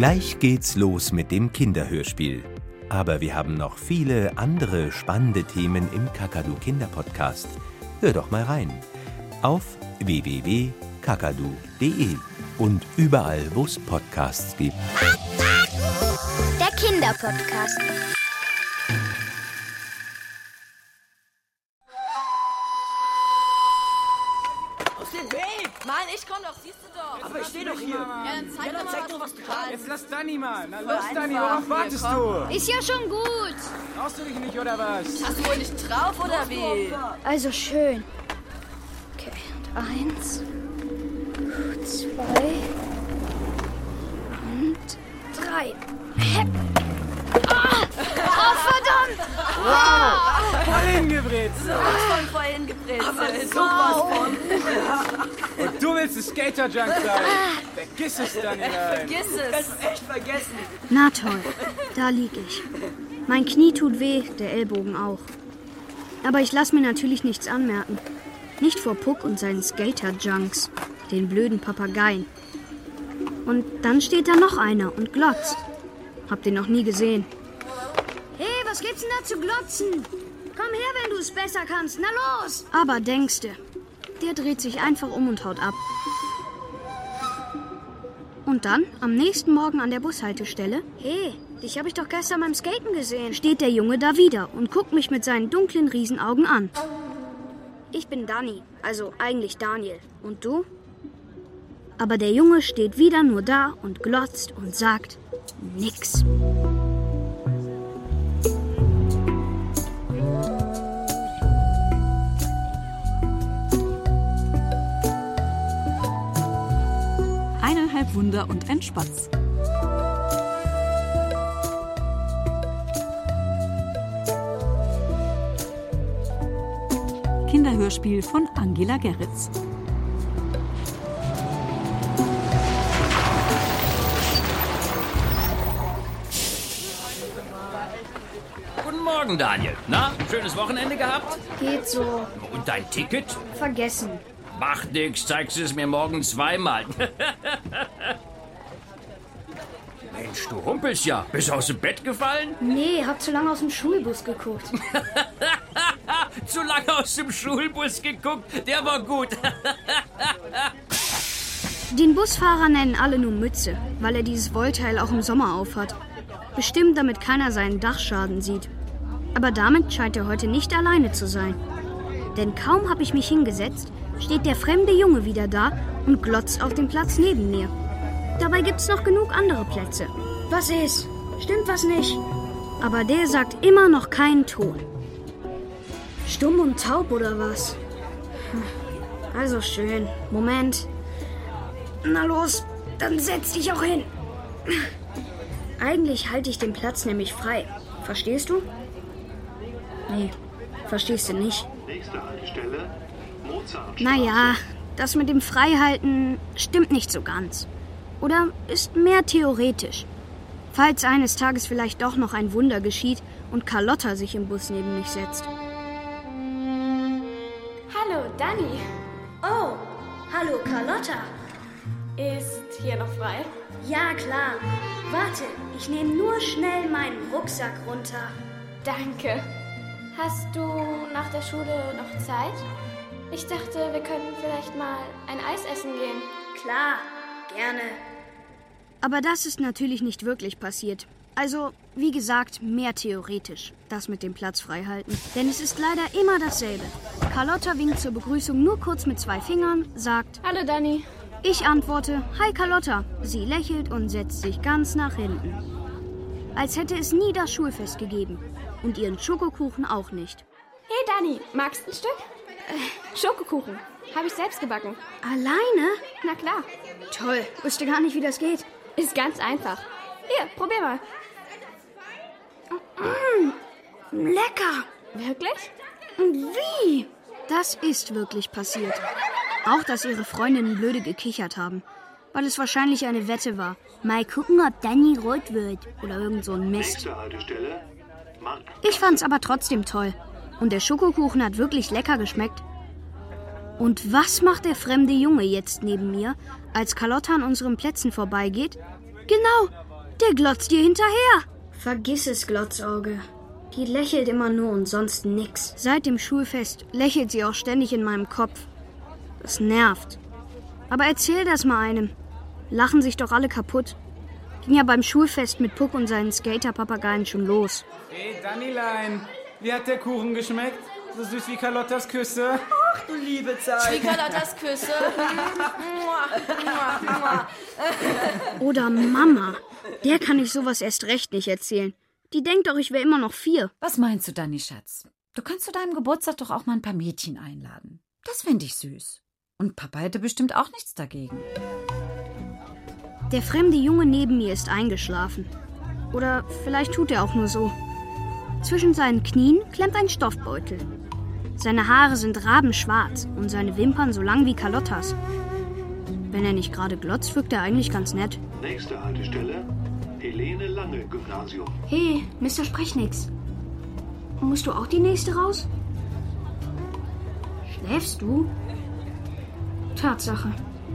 Gleich geht's los mit dem Kinderhörspiel. Aber wir haben noch viele andere spannende Themen im Kakadu Kinderpodcast. Hör doch mal rein. Auf www.kakadu.de und überall, wo es Podcasts gibt. Der Kinderpodcast. Aus dem Weg! Mann, ich komm doch, siehst du doch. Aber ich steh doch hier. Ja, dann zeig doch, was du kannst. Jetzt lass Dani mal. Na los, Dani, worauf wartest du? Ist ja schon gut. Brauchst du dich nicht, oder was? Hast du wohl nicht drauf, oder wie? Also schön. Okay, und 1, 2 und 3. Oh, verdammt! Voll hingebrezelt. Von vorhin gebrezelt. Und du willst ein Skater-Junk sein. Vergiss es, Dani. Vergiss es. Das ist echt vergessen. Na toll, da lieg ich. Mein Knie tut weh, der Ellbogen auch. Aber ich lass mir natürlich nichts anmerken. Nicht vor Puck und seinen Skater-Junks, den blöden Papageien. Und dann steht da noch einer und glotzt. Hab den noch nie gesehen. Hey, was gibt's denn da zu glotzen? Komm her, wenn du es besser kannst. Na los! Aber denkste, der dreht sich einfach um und haut ab. Und dann, am nächsten Morgen an der Bushaltestelle, hey, dich habe ich doch gestern beim Skaten gesehen, steht der Junge da wieder und guckt mich mit seinen dunklen Riesenaugen an. Ich bin Dani, also eigentlich Daniel. Und du? Aber der Junge steht wieder nur da und glotzt und sagt nix. Eineinhalb Wunder und ein Spatz. Kinderhörspiel von Angela Gerritz. Guten Morgen, Daniel. Na, schönes Wochenende gehabt? Geht so. Und dein Ticket? Vergessen. Macht nix, zeigst es mir morgen zweimal. Mensch, du humpelst ja. Bist du aus dem Bett gefallen? Nee, hab zu lange aus dem Schulbus geguckt. Zu lange aus dem Schulbus geguckt, der war gut. Den Busfahrer nennen alle nur Mütze, weil er dieses Wollteil auch im Sommer aufhat. Bestimmt, damit keiner seinen Dachschaden sieht. Aber damit scheint er heute nicht alleine zu sein. Denn kaum habe ich mich hingesetzt, steht der fremde Junge wieder da und glotzt auf den Platz neben mir. Dabei gibt's noch genug andere Plätze. Was ist? Stimmt was nicht? Aber der sagt immer noch keinen Ton. Stumm und taub oder was? Also schön. Moment. Na los, dann setz dich auch hin. Eigentlich halte ich den Platz nämlich frei. Verstehst du? Nee, verstehst du nicht. Nächste Haltestelle, Mozart. Naja, das mit dem Freihalten stimmt nicht so ganz. Oder ist mehr theoretisch. Falls eines Tages vielleicht doch noch ein Wunder geschieht und Carlotta sich im Bus neben mich setzt. Hallo, Dani. Oh, hallo Carlotta. Ist hier noch frei? Ja, klar. Warte, ich nehme nur schnell meinen Rucksack runter. Danke. Hast du nach der Schule noch Zeit? Ich dachte, wir könnten vielleicht mal ein Eis essen gehen. Klar, gerne. Aber das ist natürlich nicht wirklich passiert. Also, wie gesagt, mehr theoretisch, das mit dem Platz freihalten. Denn es ist leider immer dasselbe. Carlotta winkt zur Begrüßung nur kurz mit 2 Fingern, sagt Hallo, Dani. Ich antworte, Hi Carlotta. Sie lächelt und setzt sich ganz nach hinten. Als hätte es nie das Schulfest gegeben. Und ihren Schokokuchen auch nicht. Hey, Dani, magst du ein Stück? Schokokuchen. Habe ich selbst gebacken. Alleine? Na klar. Toll, wusste gar nicht, wie das geht. Ist ganz einfach. Hier, probier mal. Lecker. Wirklich? Wie? Das ist wirklich passiert. Auch, dass ihre Freundinnen blöde gekichert haben. Weil es wahrscheinlich eine Wette war. Mal gucken, ob Dani rot wird. Oder irgend so ein Mist. Nächste Haltestelle, Mark. Ich fand's aber trotzdem toll. Und der Schokokuchen hat wirklich lecker geschmeckt. Und was macht der fremde Junge jetzt neben mir, als Carlotta an unseren Plätzen vorbeigeht? Genau, Der glotzt dir hinterher. Vergiss es, Glotzauge. Die lächelt immer nur und sonst nix. Seit dem Schulfest lächelt sie auch ständig in meinem Kopf. Das nervt. Aber erzähl das mal einem. Lachen sich doch alle kaputt. Ging ja beim Schulfest mit Puck und seinen Skater-Papageien schon los. Hey, Dannylein, wie hat der Kuchen geschmeckt? So süß wie Carlottas Küsse. Ach, du liebe Zeit. Wie Carlottas Küsse. Oder Mama. Der kann ich sowas erst recht nicht erzählen. Die denkt doch, ich wäre immer noch 4. Was meinst du, Dani, Schatz? Du kannst zu deinem Geburtstag doch auch mal ein paar Mädchen einladen. Das fände ich süß. Und Papa hätte bestimmt auch nichts dagegen. Der fremde Junge neben mir ist eingeschlafen. Oder vielleicht tut er auch nur so. Zwischen seinen Knien klemmt ein Stoffbeutel. Seine Haare sind rabenschwarz und seine Wimpern so lang wie Carlottas. Wenn er nicht gerade glotzt, wirkt er eigentlich ganz nett. Nächste Haltestelle, Helene Lange Gymnasium. Hey, Mr. Sprechnix. Musst du auch die nächste raus? Schläfst du? Tatsache.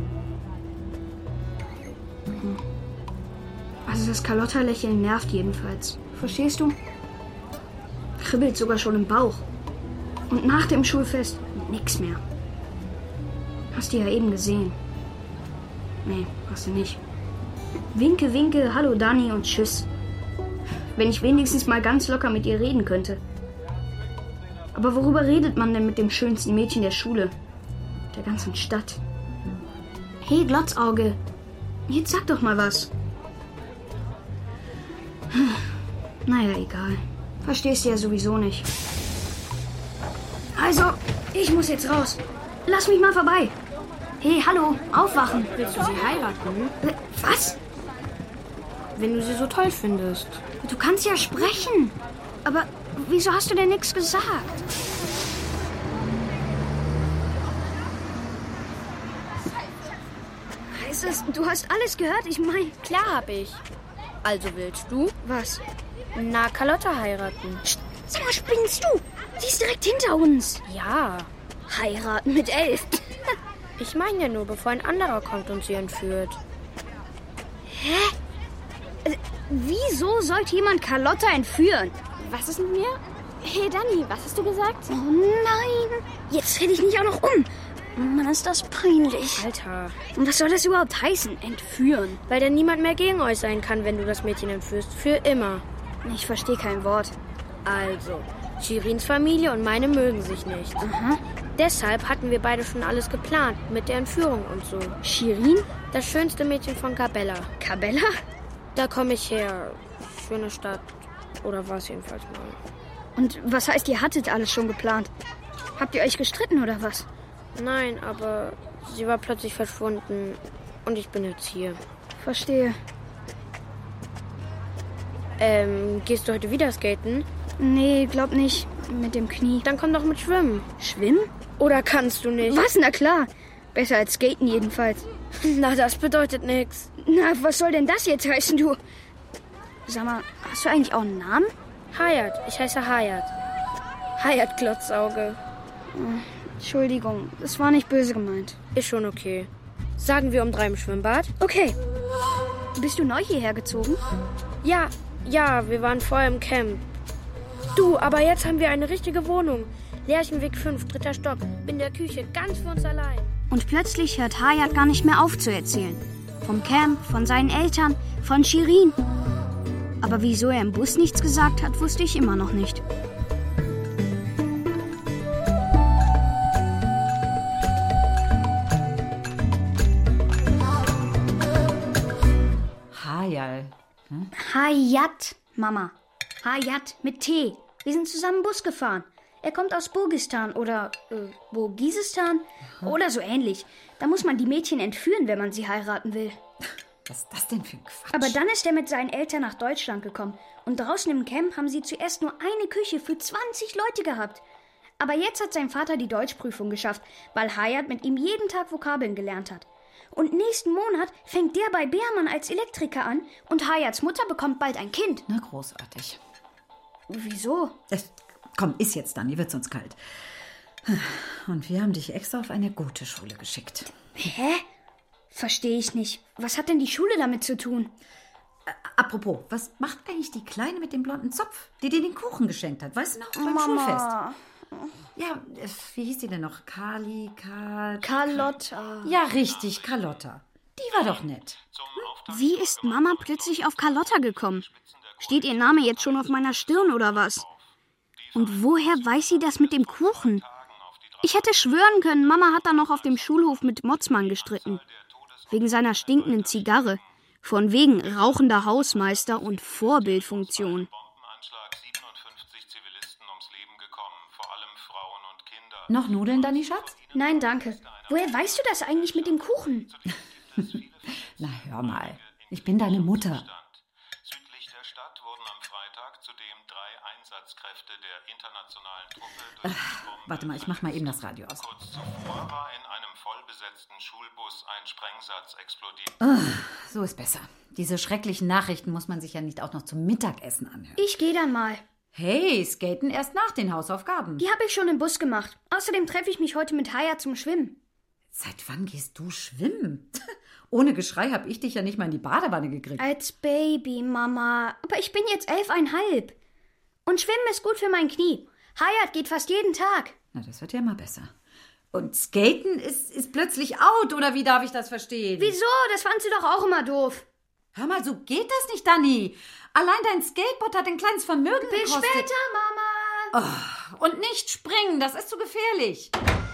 Also das Carlotta-Lächeln nervt jedenfalls. Verstehst du? Kribbelt sogar schon im Bauch. Und nach dem Schulfest nix mehr. Hast du ja eben gesehen. Nee, hast du nicht. Winke, winke, hallo Dani und tschüss. Wenn ich wenigstens mal ganz locker mit ihr reden könnte. Aber worüber redet man denn mit dem schönsten Mädchen der Schule? Der ganzen Stadt. Hey, Glotzauge. Jetzt sag doch mal was. Naja, egal. Verstehst du ja sowieso nicht. Also, ich muss jetzt raus. Lass mich mal vorbei. Hey, hallo, aufwachen. Willst du sie heiraten? Was? Wenn du sie so toll findest. Du kannst ja sprechen. Aber wieso hast du denn nichts gesagt? Heißt das, du hast alles gehört? Ich meine... Klar hab ich. Also willst du? Was? Na, Carlotta heiraten. Sag mal, spinnst du? Sie ist direkt hinter uns. Ja. Heiraten mit 11. Ich meine ja nur, bevor ein anderer kommt und sie entführt. Hä? Wieso sollte jemand Carlotta entführen? Was ist mit mir? Hey, Dani, was hast du gesagt? Oh nein. Jetzt dreh dich nicht auch noch um. Mann, ist das peinlich. Alter. Und was soll das überhaupt heißen? Entführen? Weil dann niemand mehr gegen euch sein kann, wenn du das Mädchen entführst. Für immer. Ich verstehe kein Wort. Also, Shirins Familie und meine mögen sich nicht. Aha. Deshalb hatten wir beide schon alles geplant, mit der Entführung und so. Shirin? Das schönste Mädchen von Cabella. Cabella? Da komme ich her. Schöne Stadt. Oder war es jedenfalls mal. Und was heißt, ihr hattet alles schon geplant? Habt ihr euch gestritten oder was? Nein, aber sie war plötzlich verschwunden. Und ich bin jetzt hier. Verstehe. Gehst du heute wieder skaten? Nee, glaub nicht. Mit dem Knie. Dann komm doch mit Schwimmen. Schwimmen? Oder kannst du nicht? Was? Na klar. Besser als skaten jedenfalls. Na, das bedeutet nichts. Na, was soll denn das jetzt heißen, du? Sag mal, hast du eigentlich auch einen Namen? Hayat. Ich heiße Hayat. Hayat Glotzauge. Entschuldigung, das war nicht böse gemeint. Ist schon okay. Sagen wir um 3 im Schwimmbad? Okay. Bist du neu hierher gezogen? Ja, wir waren vorher im Camp. Du, aber jetzt haben wir eine richtige Wohnung. Lerchenweg 5, 3. Stock. In der Küche, ganz für uns allein. Und plötzlich hört Hayat gar nicht mehr auf zu erzählen. Vom Camp, von seinen Eltern, von Shirin. Aber wieso er im Bus nichts gesagt hat, wusste ich immer noch nicht. Hayal. Hayat, Mama. Hayat mit T. Wir sind zusammen Bus gefahren. Er kommt aus Burgistan oder Burgisistan oder so ähnlich. Da muss man die Mädchen entführen, wenn man sie heiraten will. Was ist das denn für ein Quatsch? Aber dann ist er mit seinen Eltern nach Deutschland gekommen. Und draußen im Camp haben sie zuerst nur eine Küche für 20 Leute gehabt. Aber jetzt hat sein Vater die Deutschprüfung geschafft, weil Hayat mit ihm jeden Tag Vokabeln gelernt hat. Und nächsten Monat fängt der bei Beermann als Elektriker an und Hayats Mutter bekommt bald ein Kind. Na, großartig. Wieso? Komm, iss jetzt dann, dir wird sonst kalt. Und wir haben dich extra auf eine gute Schule geschickt. Hä? Verstehe ich nicht. Was hat denn die Schule damit zu tun? Apropos, was macht eigentlich die Kleine mit dem blonden Zopf, die dir den Kuchen geschenkt hat? Weißt du noch, beim Schulfest? Ja, wie hieß die denn noch? Carlotta. Ja, richtig, Carlotta. Die war doch nett. Wie ist Mama plötzlich auf Carlotta gekommen? Steht ihr Name jetzt schon auf meiner Stirn oder was? Und woher weiß sie das mit dem Kuchen? Ich hätte schwören können, Mama hat da noch auf dem Schulhof mit Motzmann gestritten. Wegen seiner stinkenden Zigarre. Von wegen rauchender Hausmeister und Vorbildfunktion. Noch Nudeln, Dani, Schatz? Nein, danke. Woher weißt du das eigentlich mit dem Kuchen? Na, hör mal. Ich bin deine Mutter. Südlich der Stadt wurden am Freitag zudem 3 Einsatzkräfte der internationalen Truppe durch Warte mal, ich mach mal eben das Radio aus. Kurz zuvor war in einem vollbesetzten Schulbus ein Sprengsatz explodiert. So ist besser. Diese schrecklichen Nachrichten muss man sich ja nicht auch noch zum Mittagessen anhören. Ich gehe dann mal. Hey, skaten erst nach den Hausaufgaben. Die habe ich schon im Bus gemacht. Außerdem treffe ich mich heute mit Hayat zum Schwimmen. Seit wann gehst du schwimmen? Ohne Geschrei habe ich dich ja nicht mal in die Badewanne gekriegt. Als Baby, Mama. Aber ich bin jetzt 11,5. Und Schwimmen ist gut für mein Knie. Hayat geht fast jeden Tag. Na, das wird ja mal besser. Und Skaten ist plötzlich out, oder wie darf ich das verstehen? Wieso? Das fand sie doch auch immer doof. Hör mal, so geht das nicht, Dani. Allein dein Skateboard hat ein kleines Vermögen Bis gekostet. später, Mama. Oh, und nicht springen, das ist zu gefährlich.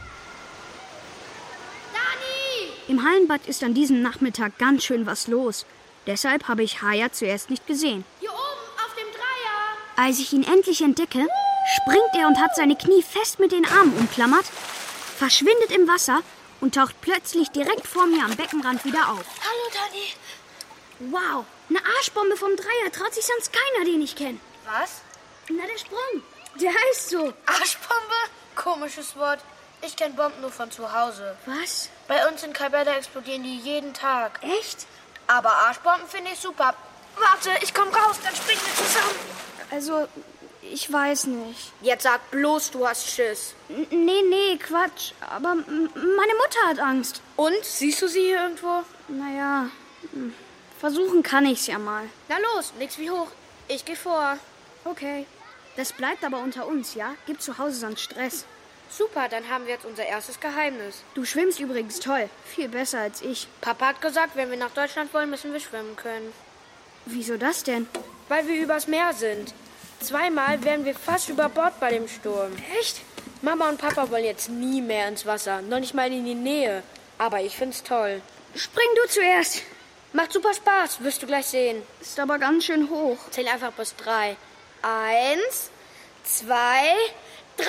Dani! Im Hallenbad ist an diesem Nachmittag ganz schön was los. Deshalb habe ich Hayat zuerst nicht gesehen. Hier oben auf dem Dreier. Als ich ihn endlich entdecke, springt er und hat seine Knie fest mit den Armen umklammert, verschwindet im Wasser und taucht plötzlich direkt vor mir am Beckenrand wieder auf. Hallo, Dani. Wow, eine Arschbombe vom Dreier traut sich sonst keiner, den ich kenne. Was? Na, der Sprung. Der heißt so. Arschbombe? Komisches Wort. Ich kenne Bomben nur von zu Hause. Was? Bei uns in Kalbeda explodieren die jeden Tag. Echt? Aber Arschbomben finde ich super. Warte, ich komm raus, dann springen wir zusammen. Also, ich weiß nicht. Jetzt sag bloß, du hast Schiss. Nee, Quatsch. Aber meine Mutter hat Angst. Und? Siehst du sie hier irgendwo? Naja, versuchen kann ich's ja mal. Na los, nix wie hoch. Ich geh vor. Okay. Das bleibt aber unter uns, ja? Gibt zu Hause sonst Stress. Super, dann haben wir jetzt unser erstes Geheimnis. Du schwimmst übrigens toll. Viel besser als ich. Papa hat gesagt, wenn wir nach Deutschland wollen, müssen wir schwimmen können. Wieso das denn? Weil wir übers Meer sind. 2-mal wären wir fast über Bord bei dem Sturm. Echt? Mama und Papa wollen jetzt nie mehr ins Wasser. Noch nicht mal in die Nähe. Aber ich find's toll. Spring du zuerst. Macht super Spaß, wirst du gleich sehen. Ist aber ganz schön hoch. Zähl einfach bis 3. 1, 2, 3.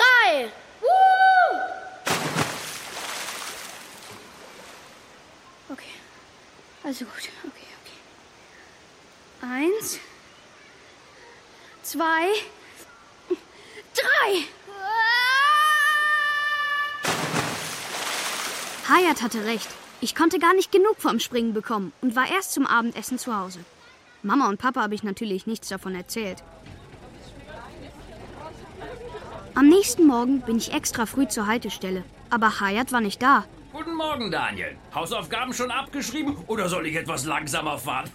Okay. Also gut. Okay. 1, 2, 3. Hayat hatte recht. Ich konnte gar nicht genug vom Springen bekommen und war erst zum Abendessen zu Hause. Mama und Papa habe ich natürlich nichts davon erzählt. Am nächsten Morgen bin ich extra früh zur Haltestelle. Aber Hayat war nicht da. Guten Morgen, Daniel. Hausaufgaben schon abgeschrieben oder soll ich etwas langsamer fahren?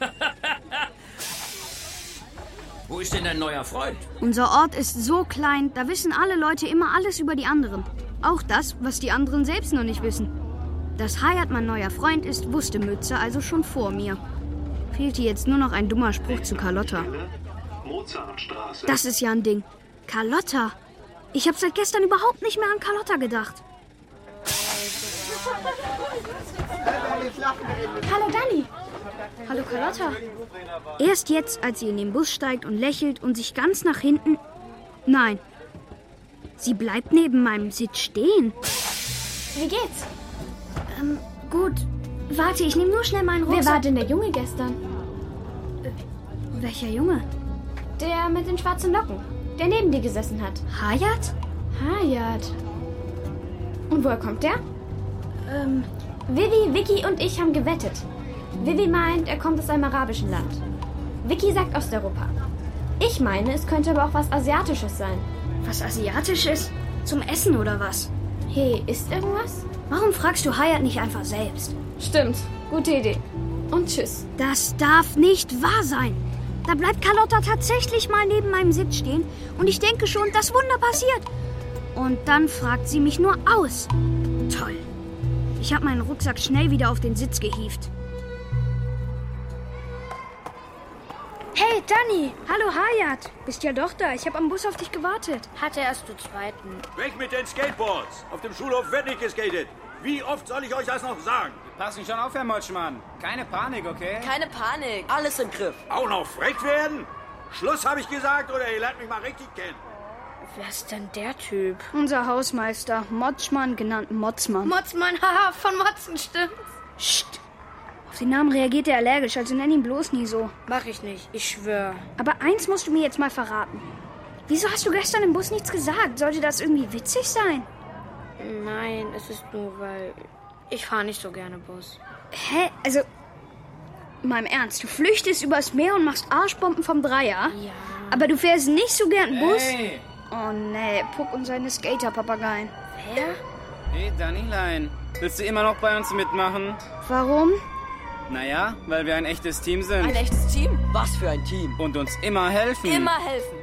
Wo ist denn dein neuer Freund? Unser Ort ist so klein, da wissen alle Leute immer alles über die anderen. Auch das, was die anderen selbst noch nicht wissen. Dass Hayat mein neuer Freund ist, wusste Mütze also schon vor mir. Fehlte jetzt nur noch ein dummer Spruch zu Carlotta. Mozartstraße. Das ist ja ein Ding. Carlotta. Ich habe seit gestern überhaupt nicht mehr an Carlotta gedacht. Hallo, Dani. Hallo, Carlotta. Erst jetzt, als sie in den Bus steigt und lächelt und sich ganz nach hinten... Nein. Sie bleibt neben meinem Sitz stehen. Wie geht's? Gut. Warte, ich nehme nur schnell meinen Rucksack. Wer war denn der Junge gestern? Welcher Junge? Der mit den schwarzen Locken, der neben dir gesessen hat. Hayat? Hayat. Und woher kommt der? Vivi, Vicky und ich haben gewettet. Vivi meint, er kommt aus einem arabischen Land. Vicky sagt Osteuropa. Ich meine, es könnte aber auch was Asiatisches sein. Was Asiatisches? Zum Essen oder was? Hey, ist irgendwas? Warum fragst du Hayat nicht einfach selbst? Stimmt, gute Idee. Und tschüss. Das darf nicht wahr sein. Da bleibt Carlotta tatsächlich mal neben meinem Sitz stehen und ich denke schon, das Wunder passiert. Und dann fragt sie mich nur aus. Toll. Ich habe meinen Rucksack schnell wieder auf den Sitz gehievt. Hey, Dani! Hallo, Hayat. Bist ja doch da. Ich habe am Bus auf dich gewartet. Hatte erst zu zweiten. Weg mit den Skateboards! Auf dem Schulhof wird nicht geskatet. Wie oft soll ich euch das noch sagen? Passen schon auf, Herr Motschmann. Keine Panik, okay? Keine Panik. Alles im Griff. Auch noch frech werden? Schluss, habe ich gesagt, oder ihr lernt mich mal richtig kennen. Wer ist denn der Typ? Unser Hausmeister, Motschmann, genannt Motzmann. Motzmann, haha, von Motzen, stimmt's? Psst. Auf den Namen reagiert er allergisch, also nenn ihn bloß nie so. Mach ich nicht, ich schwör. Aber eins musst du mir jetzt mal verraten. Wieso hast du gestern im Bus nichts gesagt? Sollte das irgendwie witzig sein? Nein, es ist nur, weil ich fahre nicht so gerne Bus. Hä? Also, mal im Ernst, du flüchtest übers Meer und machst Arschbomben vom Dreier? Ja. Aber du fährst nicht so gern Bus? Hey! Oh nee, Puck und seine Skater-Papageien. Wer? Hey, Danilein. Willst du immer noch bei uns mitmachen? Warum? Naja, weil wir ein echtes Team sind. Ein echtes Team? Was für ein Team? Und uns immer helfen. Immer helfen.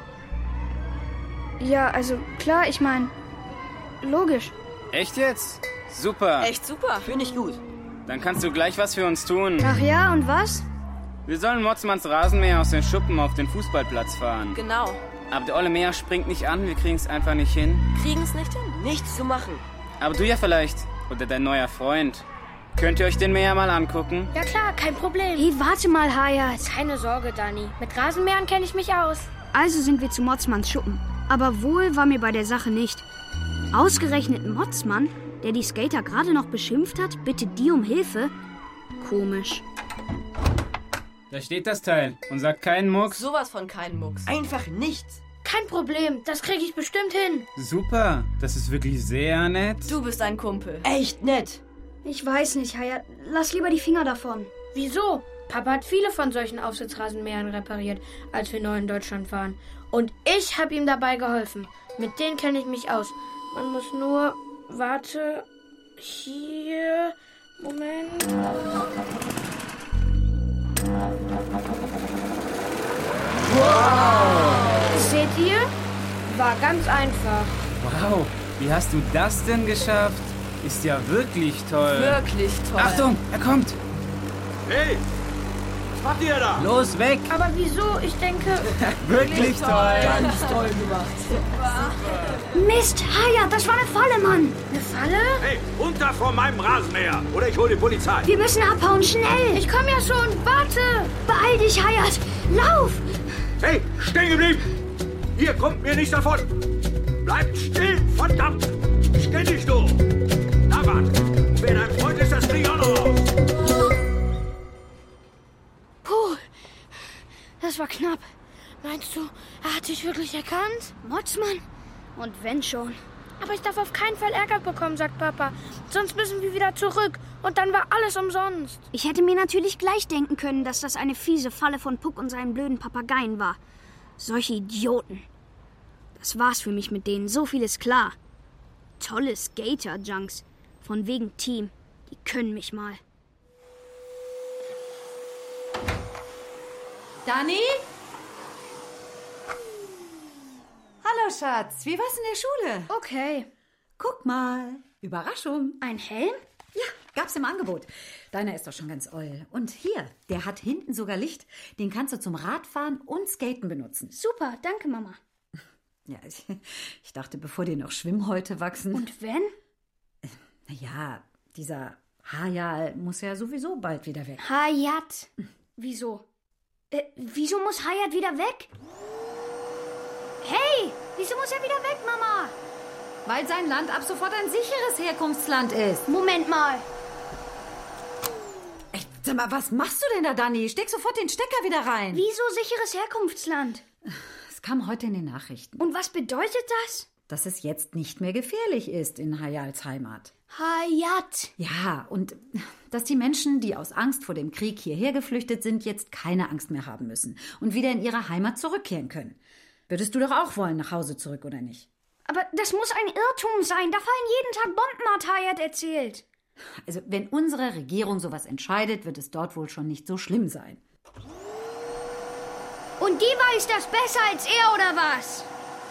Ja, also klar, ich meine, logisch. Echt jetzt? Super. Echt super. Finde ich gut. Dann kannst du gleich was für uns tun. Ach ja, und was? Wir sollen Motzmanns Rasenmäher aus den Schuppen auf den Fußballplatz fahren. Genau. Aber der olle Mäher springt nicht an, wir kriegen es einfach nicht hin. Kriegen es nicht hin. Nichts zu machen. Aber du ja vielleicht. Oder dein neuer Freund. Könnt ihr euch den Mäher mal angucken? Ja klar, kein Problem. Hey, warte mal, Hayat. Keine Sorge, Dani. Mit Rasenmähern kenne ich mich aus. Also sind wir zu Motzmanns Schuppen. Aber wohl war mir bei der Sache nicht. Ausgerechnet Motzmann, der die Skater gerade noch beschimpft hat, bittet die um Hilfe? Komisch. Da steht das Teil und sagt keinen Mucks. Sowas von keinen Mucks. Einfach nichts. Kein Problem, das kriege ich bestimmt hin. Super, das ist wirklich sehr nett. Du bist ein Kumpel. Echt nett. Ich weiß nicht, Hayat. Lass lieber die Finger davon. Wieso? Papa hat viele von solchen Aufsitzrasenmähern repariert, als wir neu in Deutschland waren. Und ich habe ihm dabei geholfen. Mit denen kenne ich mich aus. Man muss nur... Warte... Hier... Moment... Wow! Seht ihr? War ganz einfach. Wow, wie hast du das denn geschafft? Ist ja wirklich toll. Wirklich toll. Achtung, er kommt. Hey, was macht ihr da? Los, weg. Aber wieso? Ich denke... Wirklich toll. Ganz toll gemacht. Mist, Hayat, das war eine Falle, Mann. Eine Falle? Hey, runter von meinem Rasenmäher oder ich hole die Polizei. Wir müssen abhauen, schnell. Ich komme ja schon, warte. Beeil dich, Hayat. Lauf. Hey, stehen geblieben. Ihr kommt mir nicht davon. Bleibt still, verdammt. Stell dich durch. Na warte, und wer dein Freund ist, das krieg ich auch noch raus. Puh, das war knapp. Meinst du, er hat dich wirklich erkannt? Motzmann? Und wenn schon. Aber ich darf auf keinen Fall Ärger bekommen, sagt Papa. Sonst müssen wir wieder zurück. Und dann war alles umsonst. Ich hätte mir natürlich gleich denken können, dass das eine fiese Falle von Puck und seinen blöden Papageien war. Solche Idioten. Das war's für mich mit denen. So viel ist klar. Tolle Skater-Junks. Von wegen Team. Die können mich mal. Dani? Hallo, Schatz. Wie war's in der Schule? Okay. Guck mal. Überraschung. Ein Helm? Ja, gab's im Angebot. Deiner ist doch schon ganz oll. Und hier, der hat hinten sogar Licht. Den kannst du zum Radfahren und Skaten benutzen. Super, danke, Mama. Ja, ich dachte, bevor dir noch Schwimmhäute wachsen. Und wenn? Naja, dieser Hayat muss ja sowieso bald wieder weg. Hayat. Wieso? Wieso muss Hayat wieder weg? Hey, wieso muss er wieder weg, Mama? Weil sein Land ab sofort ein sicheres Herkunftsland ist. Moment mal. Ey, sag mal, was machst du denn da, Dani? Steck sofort den Stecker wieder rein. Wieso sicheres Herkunftsland? Es kam heute in den Nachrichten. Und was bedeutet das? Dass es jetzt nicht mehr gefährlich ist in Hayats Heimat. Hayat. Ja, und dass die Menschen, die aus Angst vor dem Krieg hierher geflüchtet sind, jetzt keine Angst mehr haben müssen und wieder in ihre Heimat zurückkehren können. Würdest du doch auch wollen, nach Hause zurück, oder nicht? Aber das muss ein Irrtum sein. Da fallen jeden Tag Bomben, hat Hayat erzählt. Also, wenn unsere Regierung sowas entscheidet, wird es dort wohl schon nicht so schlimm sein. Und die weiß das besser als er, oder was?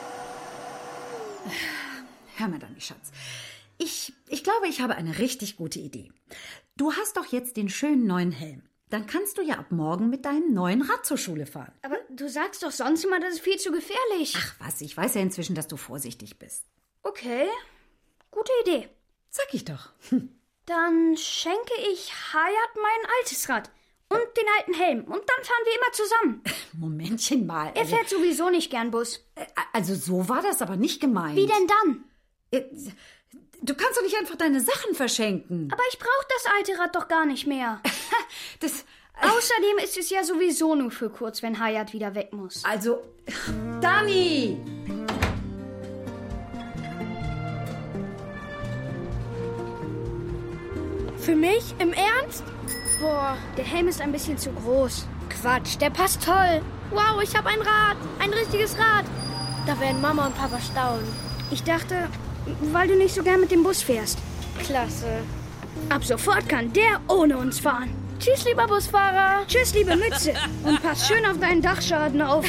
Hör mal, Dani, Schatz. Ich glaube, ich habe eine richtig gute Idee. Du hast doch jetzt den schönen neuen Helm. Dann kannst du ja ab morgen mit deinem neuen Rad zur Schule fahren. Aber du sagst doch sonst immer, das ist viel zu gefährlich. Ach was, ich weiß ja inzwischen, dass du vorsichtig bist. Okay, gute Idee. Sag ich doch. Dann schenke ich Hayat mein altes Rad und den alten Helm. Und dann fahren wir immer zusammen. Momentchen mal. Er fährt sowieso nicht gern Bus. Also so war das aber nicht gemeint. Wie denn dann? Du kannst doch nicht einfach deine Sachen verschenken. Aber ich brauche das alte Rad doch gar nicht mehr. Außerdem ist es ja sowieso nur für kurz, wenn Hayat wieder weg muss. Also, Dani! Für mich? Im Ernst? Boah, der Helm ist ein bisschen zu groß. Quatsch, der passt toll. Wow, ich habe ein Rad. Ein richtiges Rad. Da werden Mama und Papa staunen. Ich dachte, weil du nicht so gern mit dem Bus fährst. Klasse. Ab sofort kann der ohne uns fahren. Tschüss, lieber Busfahrer. Tschüss, liebe Mütze. Und pass schön auf deinen Dachschaden auf.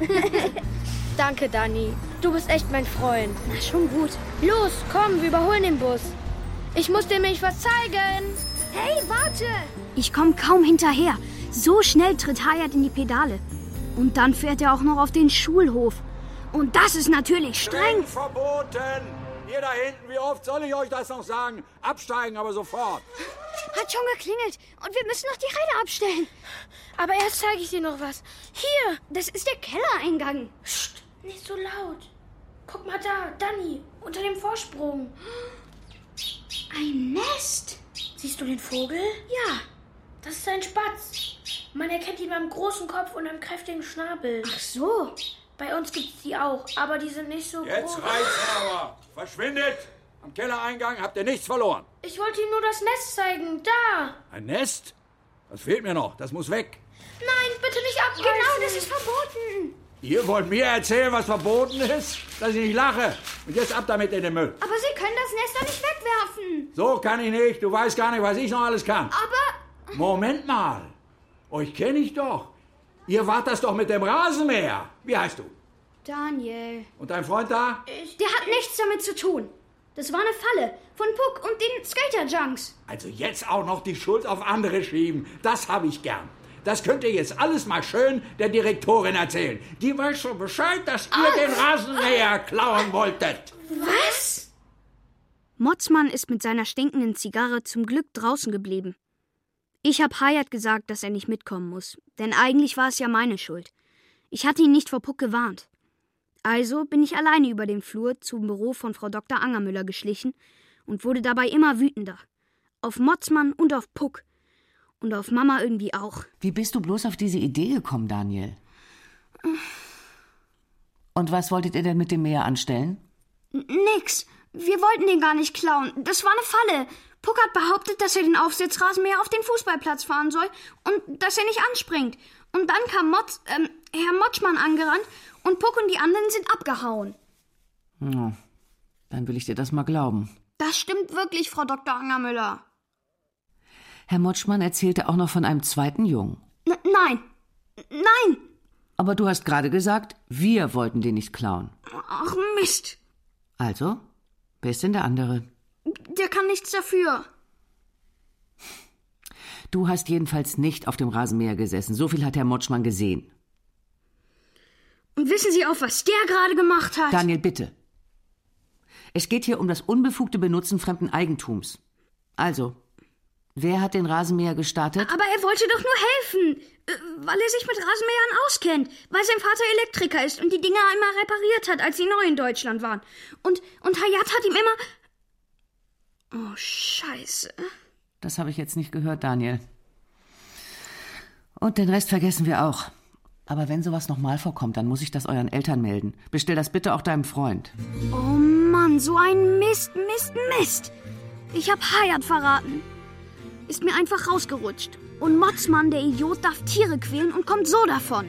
Danke, Dani. Du bist echt mein Freund. Na, schon gut. Los, komm, wir überholen den Bus. Ich muss dir nämlich was zeigen. Hey, warte! Ich komme kaum hinterher. So schnell tritt Hayat in die Pedale. Und dann fährt er auch noch auf den Schulhof. Und das ist natürlich streng. Verboten! Ihr da hinten, wie oft soll ich euch das noch sagen? Absteigen, aber sofort. Hat schon geklingelt. Und wir müssen noch die Räder abstellen. Aber erst zeige ich dir noch was. Hier! Das ist der Kellereingang. Psst, nicht so laut. Guck mal da, Dani, unter dem Vorsprung. Ein Nest. Siehst du den Vogel? Ja. Das ist ein Spatz. Man erkennt ihn am großen Kopf und am kräftigen Schnabel. Ach so. Bei uns gibt's die auch, aber die sind nicht so Jetzt groß. reicht's aber. Verschwindet. Am Kellereingang habt ihr nichts verloren. Ich wollte ihm nur das Nest zeigen. Da. Ein Nest? Das fehlt mir noch. Das muss weg. Nein, bitte nicht abreißen. Genau, das ist verboten. Ihr wollt mir erzählen, was verboten ist? Dass ich nicht lache. Und jetzt ab damit in den Müll. Aber Sie können das Nest doch nicht wegwerfen. So kann ich nicht. Du weißt gar nicht, was ich noch alles kann. Aber... Moment mal. Euch kenne ich doch. Ihr wart das doch mit dem Rasenmäher. Wie heißt du? Daniel. Und dein Freund da? Der hat nichts damit zu tun. Das war eine Falle von Puck und den Skater-Junks. Also jetzt auch noch die Schuld auf andere schieben. Das habe ich gern. Das könnt ihr jetzt alles mal schön der Direktorin erzählen. Die weiß schon Bescheid, dass ihr den Rasenmäher klauen wolltet. Was? Motzmann ist mit seiner stinkenden Zigarre zum Glück draußen geblieben. Ich habe Hayat gesagt, dass er nicht mitkommen muss, denn eigentlich war es ja meine Schuld. Ich hatte ihn nicht vor Puck gewarnt. Also bin ich alleine über den Flur zum Büro von Frau Dr. Angermüller geschlichen und wurde dabei immer wütender. Auf Motzmann und auf Puck. Und auf Mama irgendwie auch. Wie bist du bloß auf diese Idee gekommen, Daniel? Und was wolltet ihr denn mit dem Mäher anstellen? Nix. Wir wollten den gar nicht klauen. Das war eine Falle. Puck hat behauptet, dass er den Aufsitzrasenmäher auf den Fußballplatz fahren soll und dass er nicht anspringt. Und dann kam Herr Motschmann angerannt und Puck und die anderen sind abgehauen. Ja, dann will ich dir das mal glauben. Das stimmt wirklich, Frau Dr. Angermüller. Herr Motschmann erzählte auch noch von einem zweiten Jungen. Nein. Aber du hast gerade gesagt, wir wollten den nicht klauen. Ach Mist. Also, wer ist denn der andere? Der kann nichts dafür. Du hast jedenfalls nicht auf dem Rasenmäher gesessen. So viel hat Herr Motschmann gesehen. Und wissen Sie auch, was der gerade gemacht hat? Daniel, bitte. Es geht hier um das unbefugte Benutzen fremden Eigentums. Also, wer hat den Rasenmäher gestartet? Aber er wollte doch nur helfen, weil er sich mit Rasenmähern auskennt, weil sein Vater Elektriker ist und die Dinger einmal repariert hat, als sie neu in Deutschland waren. Und Hayat hat ihm immer... Oh, Scheiße. Das habe ich jetzt nicht gehört, Daniel. Und den Rest vergessen wir auch. Aber wenn sowas nochmal vorkommt, dann muss ich das euren Eltern melden. Bestell das bitte auch deinem Freund. Oh Mann, so ein Mist. Ich hab Hayat verraten. Ist mir einfach rausgerutscht. Und Motzmann, der Idiot, darf Tiere quälen und kommt so davon.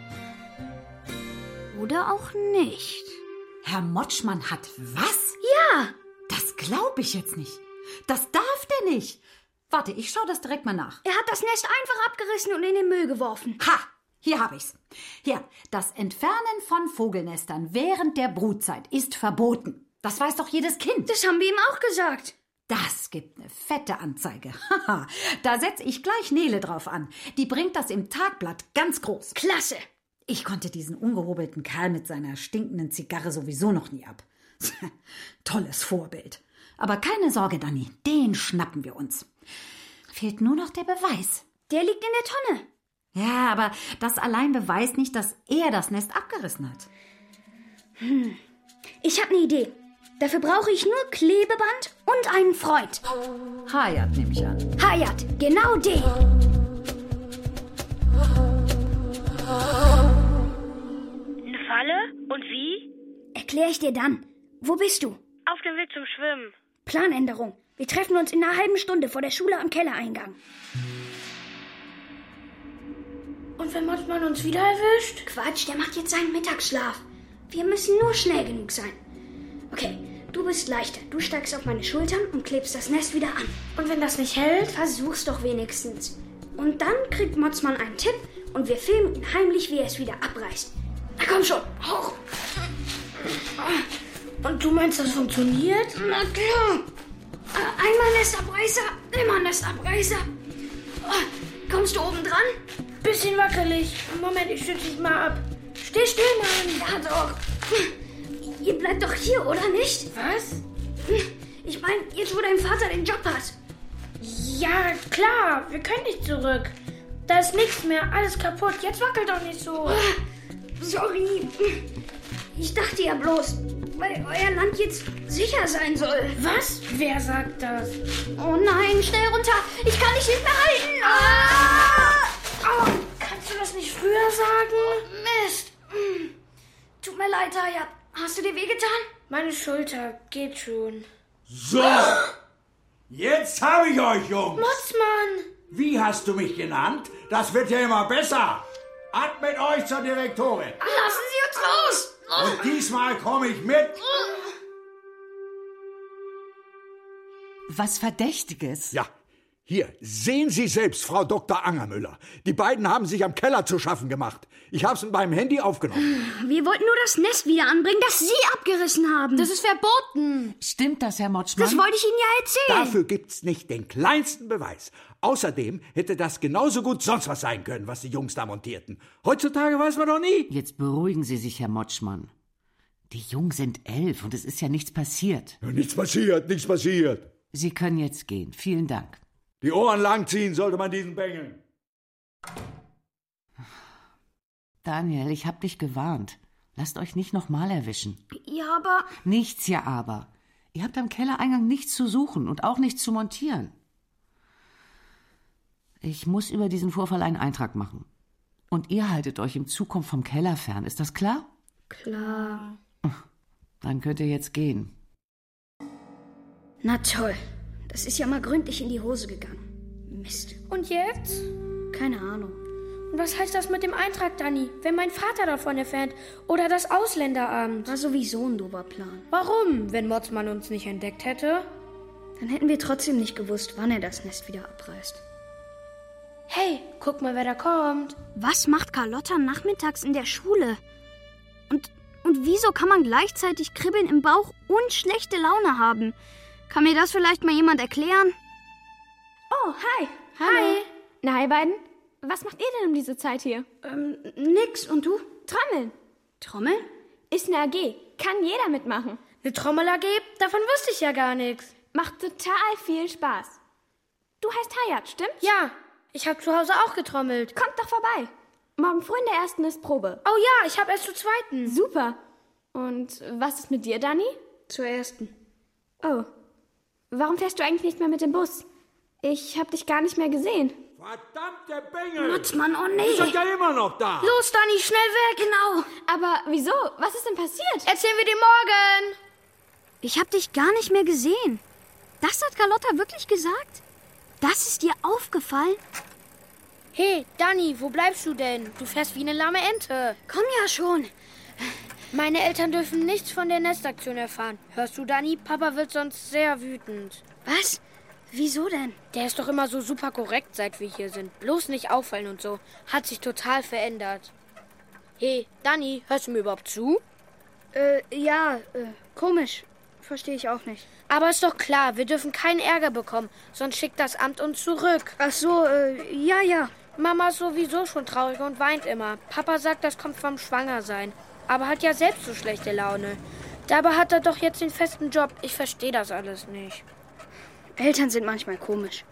Oder auch nicht. Herr Motschmann hat was? Ja. Das glaube ich jetzt nicht. Das darf er nicht? Warte, ich schaue das direkt mal nach. Er hat das Nest einfach abgerissen und in den Müll geworfen. Ha! Hier habe ich's. Hier, das Entfernen von Vogelnestern während der Brutzeit ist verboten. Das weiß doch jedes Kind. Das haben wir ihm auch gesagt. Das gibt eine fette Anzeige. Haha, da setze ich gleich Nele drauf an. Die bringt das im Tagblatt ganz groß. Klasse. Ich konnte diesen ungehobelten Kerl mit seiner stinkenden Zigarre sowieso noch nie ab. Tolles Vorbild. Aber keine Sorge, Dani, den schnappen wir uns. Fehlt nur noch der Beweis. Der liegt in der Tonne. Ja, aber das allein beweist nicht, dass er das Nest abgerissen hat. Ich habe eine Idee. Dafür brauche ich nur Klebeband und einen Freund. Hayat nehme ich an. Hayat, genau den. Eine Falle? Und wie? Erkläre ich dir dann. Wo bist du? Auf dem Weg zum Schwimmen. Planänderung. Wir treffen uns in einer halben Stunde vor der Schule am Kellereingang. Und wenn Motzmann uns wieder erwischt? Quatsch, der macht jetzt seinen Mittagsschlaf. Wir müssen nur schnell genug sein. Okay, du bist leichter. Du steigst auf meine Schultern und klebst das Nest wieder an. Und wenn das nicht hält? Versuch's doch wenigstens. Und dann kriegt Motzmann einen Tipp und wir filmen ihn heimlich, wie er es wieder abreißt. Na komm schon, hoch. Und du meinst, das funktioniert? Na klar. Einmal Nestabreißer, immer Nestabreißer. Kommst du oben dran? Bisschen wackelig. Moment, ich stütze dich mal ab. Steh still, Mann. Ja doch. Ihr bleibt doch hier, oder nicht? Was? Ich meine, jetzt wo dein Vater den Job hat. Ja, klar. Wir können nicht zurück. Da ist nichts mehr. Alles kaputt. Jetzt wackelt doch nicht so. Sorry. Ich dachte ja bloß, weil euer Land jetzt sicher sein soll. Was? Wer sagt das? Oh nein, schnell runter. Ich kann dich nicht mehr halten. Oh, kannst du das nicht früher sagen? Oh, Mist. Tut mir leid, Hayat. Hast du dir wehgetan? Meine Schulter geht schon. So, jetzt habe ich euch, Jungs. Motzmann. Wie hast du mich genannt? Das wird ja immer besser. Ab mit euch zur Direktorin. Lassen Sie uns los. Und diesmal komme ich mit. Was Verdächtiges. Ja, hier, sehen Sie selbst, Frau Dr. Angermüller. Die beiden haben sich am Keller zu schaffen gemacht. Ich habe es mit meinem Handy aufgenommen. Wir wollten nur das Nest wieder anbringen, das Sie abgerissen haben. Das ist verboten. Stimmt das, Herr Motschmann? Das wollte ich Ihnen ja erzählen. Dafür gibt's nicht den kleinsten Beweis. Außerdem hätte das genauso gut sonst was sein können, was die Jungs da montierten. Heutzutage weiß man doch nie. Jetzt beruhigen Sie sich, Herr Motschmann. Die Jungen sind 11 und es ist ja nichts passiert. Ja, nichts passiert, nichts passiert. Sie können jetzt gehen. Vielen Dank. Die Ohren langziehen sollte man diesen Bengeln. Daniel, ich hab dich gewarnt. Lasst euch nicht nochmal erwischen. Ja, aber... Nichts, ja, aber. Ihr habt am Kellereingang nichts zu suchen und auch nichts zu montieren. Ich muss über diesen Vorfall einen Eintrag machen. Und ihr haltet euch in Zukunft vom Keller fern. Ist das klar? Klar. Dann könnt ihr jetzt gehen. Na toll. Das ist ja mal gründlich in die Hose gegangen. Mist. Und jetzt? Keine Ahnung. Und was heißt das mit dem Eintrag, Dani, wenn mein Vater davon erfährt? Oder das Ausländeramt? War sowieso ein doofer Plan. Warum, wenn Motzmann uns nicht entdeckt hätte? Dann hätten wir trotzdem nicht gewusst, wann er das Nest wieder abreißt. Hey, guck mal, wer da kommt. Was macht Carlotta nachmittags in der Schule? Und wieso kann man gleichzeitig Kribbeln im Bauch und schlechte Laune haben? Kann mir das vielleicht mal jemand erklären? Oh, hi. Hi. Na, hi beiden. Was macht ihr denn um diese Zeit hier? Nix. Und du? Trommeln. Trommeln? Ist eine AG. Kann jeder mitmachen. Eine Trommel-AG? Davon wusste ich ja gar nichts. Macht total viel Spaß. Du heißt Hayat, stimmt's? Ja, ich habe zu Hause auch getrommelt. Kommt doch vorbei. Morgen früh in der ersten ist Probe. Oh ja, ich habe erst zur zweiten. Super. Und was ist mit dir, Dani? Zur ersten. Oh. Warum fährst du eigentlich nicht mehr mit dem Bus? Ich habe dich gar nicht mehr gesehen. Verdammte Bengel! Motzmann, oh nee! Ihr seid ja immer noch da! Los, Dani, schnell weg! Genau! Aber wieso? Was ist denn passiert? Erzählen wir dir morgen! Ich hab dich gar nicht mehr gesehen. Das hat Carlotta wirklich gesagt? Das ist dir aufgefallen? Hey, Dani, wo bleibst du denn? Du fährst wie eine lahme Ente. Komm ja schon. Meine Eltern dürfen nichts von der Nestaktion erfahren. Hörst du, Dani? Papa wird sonst sehr wütend. Was? Wieso denn? Der ist doch immer so super korrekt, seit wir hier sind. Bloß nicht auffallen und so. Hat sich total verändert. Hey, Dani, hörst du mir überhaupt zu? Komisch. Verstehe ich auch nicht. Aber ist doch klar, wir dürfen keinen Ärger bekommen, sonst schickt das Amt uns zurück. Ach so, ja. Mama ist sowieso schon traurig und weint immer. Papa sagt, das kommt vom Schwangersein. Aber hat ja selbst so schlechte Laune. Dabei hat er doch jetzt den festen Job. Ich verstehe das alles nicht. Eltern sind manchmal komisch.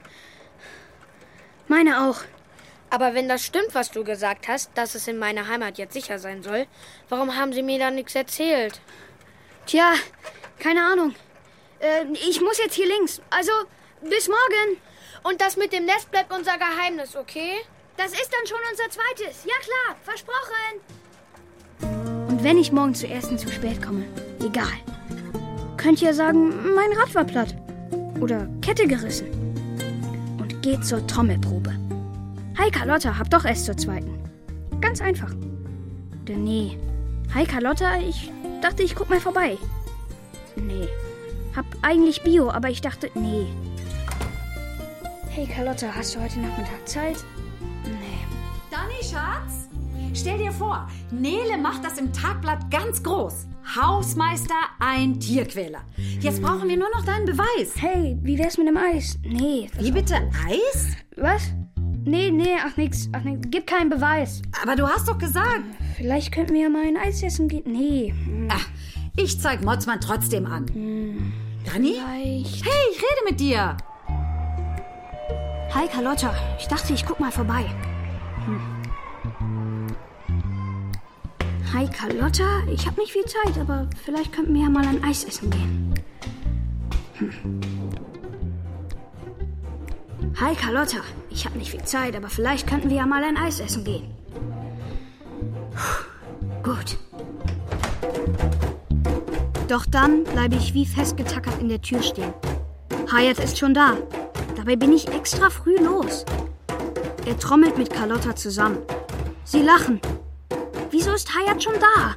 Meine auch. Aber wenn das stimmt, was du gesagt hast, dass es in meiner Heimat jetzt sicher sein soll, warum haben sie mir da nichts erzählt? Tja, keine Ahnung. Ich muss jetzt hier links. Also, bis morgen. Und das mit dem Nest bleibt unser Geheimnis, okay? Das ist dann schon unser zweites. Ja klar, versprochen. Und wenn ich morgen zuerst zu spät komme, egal. Könnt ihr sagen, mein Rad war platt. Oder Kette gerissen. Und geht zur Trommelprobe. Hi Carlotta, hab doch erst zur zweiten. Ganz einfach. Oder nee. Hi Carlotta, ich dachte, ich guck mal vorbei. Nee. Hab eigentlich Bio, aber ich dachte, nee. Hey Carlotta, hast du heute Nachmittag Zeit? Nee. Dani, Schatz, stell dir vor, Nele macht das im Tagblatt ganz groß. Hausmeister, ein Tierquäler. Jetzt brauchen wir nur noch deinen Beweis. Hey, wie wär's mit dem Eis? Nee. Wie bitte, Eis? Was? Nee, ach nix. Gib keinen Beweis. Aber du hast doch gesagt. Vielleicht könnten wir ja mal ein Eis essen gehen. Nee. Ach, ich zeig Motzmann trotzdem an. Dani? Vielleicht. Hey, ich rede mit dir. Hi Carlotta, ich dachte, ich guck mal vorbei. Hi Carlotta, ich hab nicht viel Zeit, aber vielleicht könnten wir ja mal ein Eis essen gehen. Hi Carlotta, ich hab nicht viel Zeit, aber vielleicht könnten wir ja mal ein Eis essen gehen. Gut. Doch dann bleibe ich wie festgetackert in der Tür stehen. Hayat ist schon da. Dabei bin ich extra früh los. Er trommelt mit Carlotta zusammen. Sie lachen. Wieso ist Hayat schon da?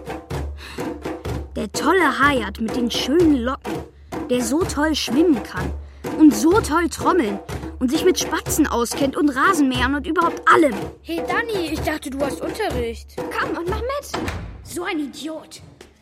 Der tolle Hayat mit den schönen Locken, der so toll schwimmen kann und so toll trommeln und sich mit Spatzen auskennt und Rasenmähern und überhaupt allem. Hey Dani, ich dachte, du hast Unterricht. Komm und mach mit. So ein Idiot.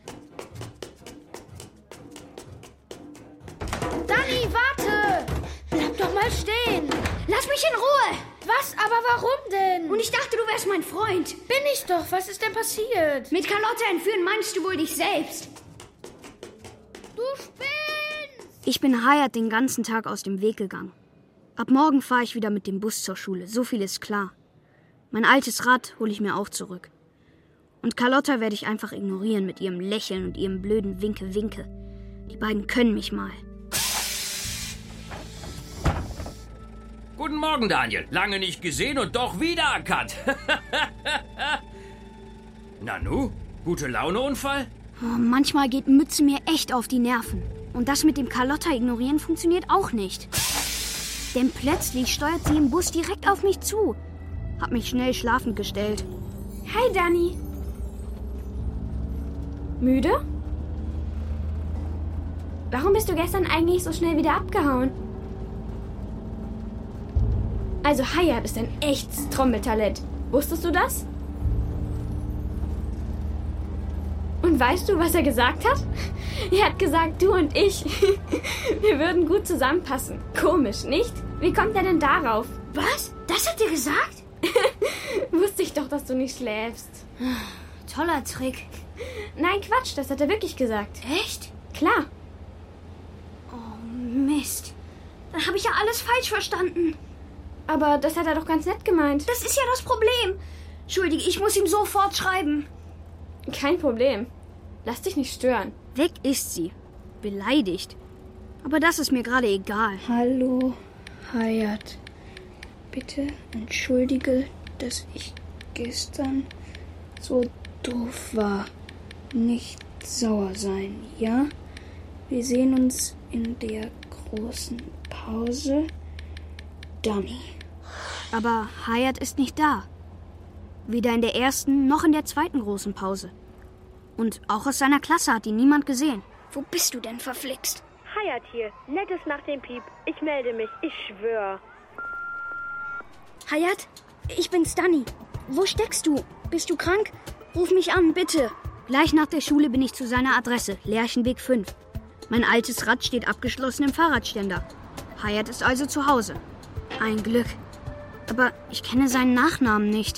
Dani, warte! Bleib doch mal stehen. Lass mich in Ruhe. Was? Aber warum denn? Und ich dachte, du wärst mein Freund. Bin ich doch. Was ist denn passiert? Mit Carlotta entführen meinst du wohl dich selbst. Du spinnst! Ich bin Hayat den ganzen Tag aus dem Weg gegangen. Ab morgen fahre ich wieder mit dem Bus zur Schule. So viel ist klar. Mein altes Rad hole ich mir auch zurück. Und Carlotta werde ich einfach ignorieren mit ihrem Lächeln und ihrem blöden Winke-Winke. Die beiden können mich mal. Guten Morgen, Daniel. Lange nicht gesehen und doch wiedererkannt. Nanu, gute Laune-Unfall? Oh, manchmal geht Mütze mir echt auf die Nerven. Und das mit dem Carlotta ignorieren funktioniert auch nicht. Denn plötzlich steuert sie im Bus direkt auf mich zu. Hab mich schnell schlafend gestellt. Hi, Dani. Müde? Warum bist du gestern eigentlich so schnell wieder abgehauen? Also Hayat ist ein echtes Trommeltalent. Wusstest du das? Und weißt du, was er gesagt hat? Er hat gesagt, du und ich, wir würden gut zusammenpassen. Komisch, nicht? Wie kommt er denn darauf? Was? Das hat er gesagt? Wusste ich doch, dass du nicht schläfst. Toller Trick. Nein, Quatsch, das hat er wirklich gesagt. Echt? Klar. Oh, Mist. Dann habe ich ja alles falsch verstanden. Aber das hat er doch ganz nett gemeint. Das ist ja das Problem. Entschuldige, ich muss ihm sofort schreiben. Kein Problem. Lass dich nicht stören. Weg ist sie. Beleidigt. Aber das ist mir gerade egal. Hallo, Hayat. Bitte entschuldige, dass ich gestern so doof war. Nicht sauer sein, ja? Wir sehen uns in der großen Pause. Dani. Aber Hayat ist nicht da. Weder in der ersten noch in der zweiten großen Pause. Und auch aus seiner Klasse hat ihn niemand gesehen. Wo bist du denn verflixt? Hayat hier. Nettes nach dem Piep. Ich melde mich, ich schwör. Hayat, ich bin's, Dani. Wo steckst du? Bist du krank? Ruf mich an, bitte. Gleich nach der Schule bin ich zu seiner Adresse, Lerchenweg 5. Mein altes Rad steht abgeschlossen im Fahrradständer. Hayat ist also zu Hause. Ein Glück. Aber ich kenne seinen Nachnamen nicht.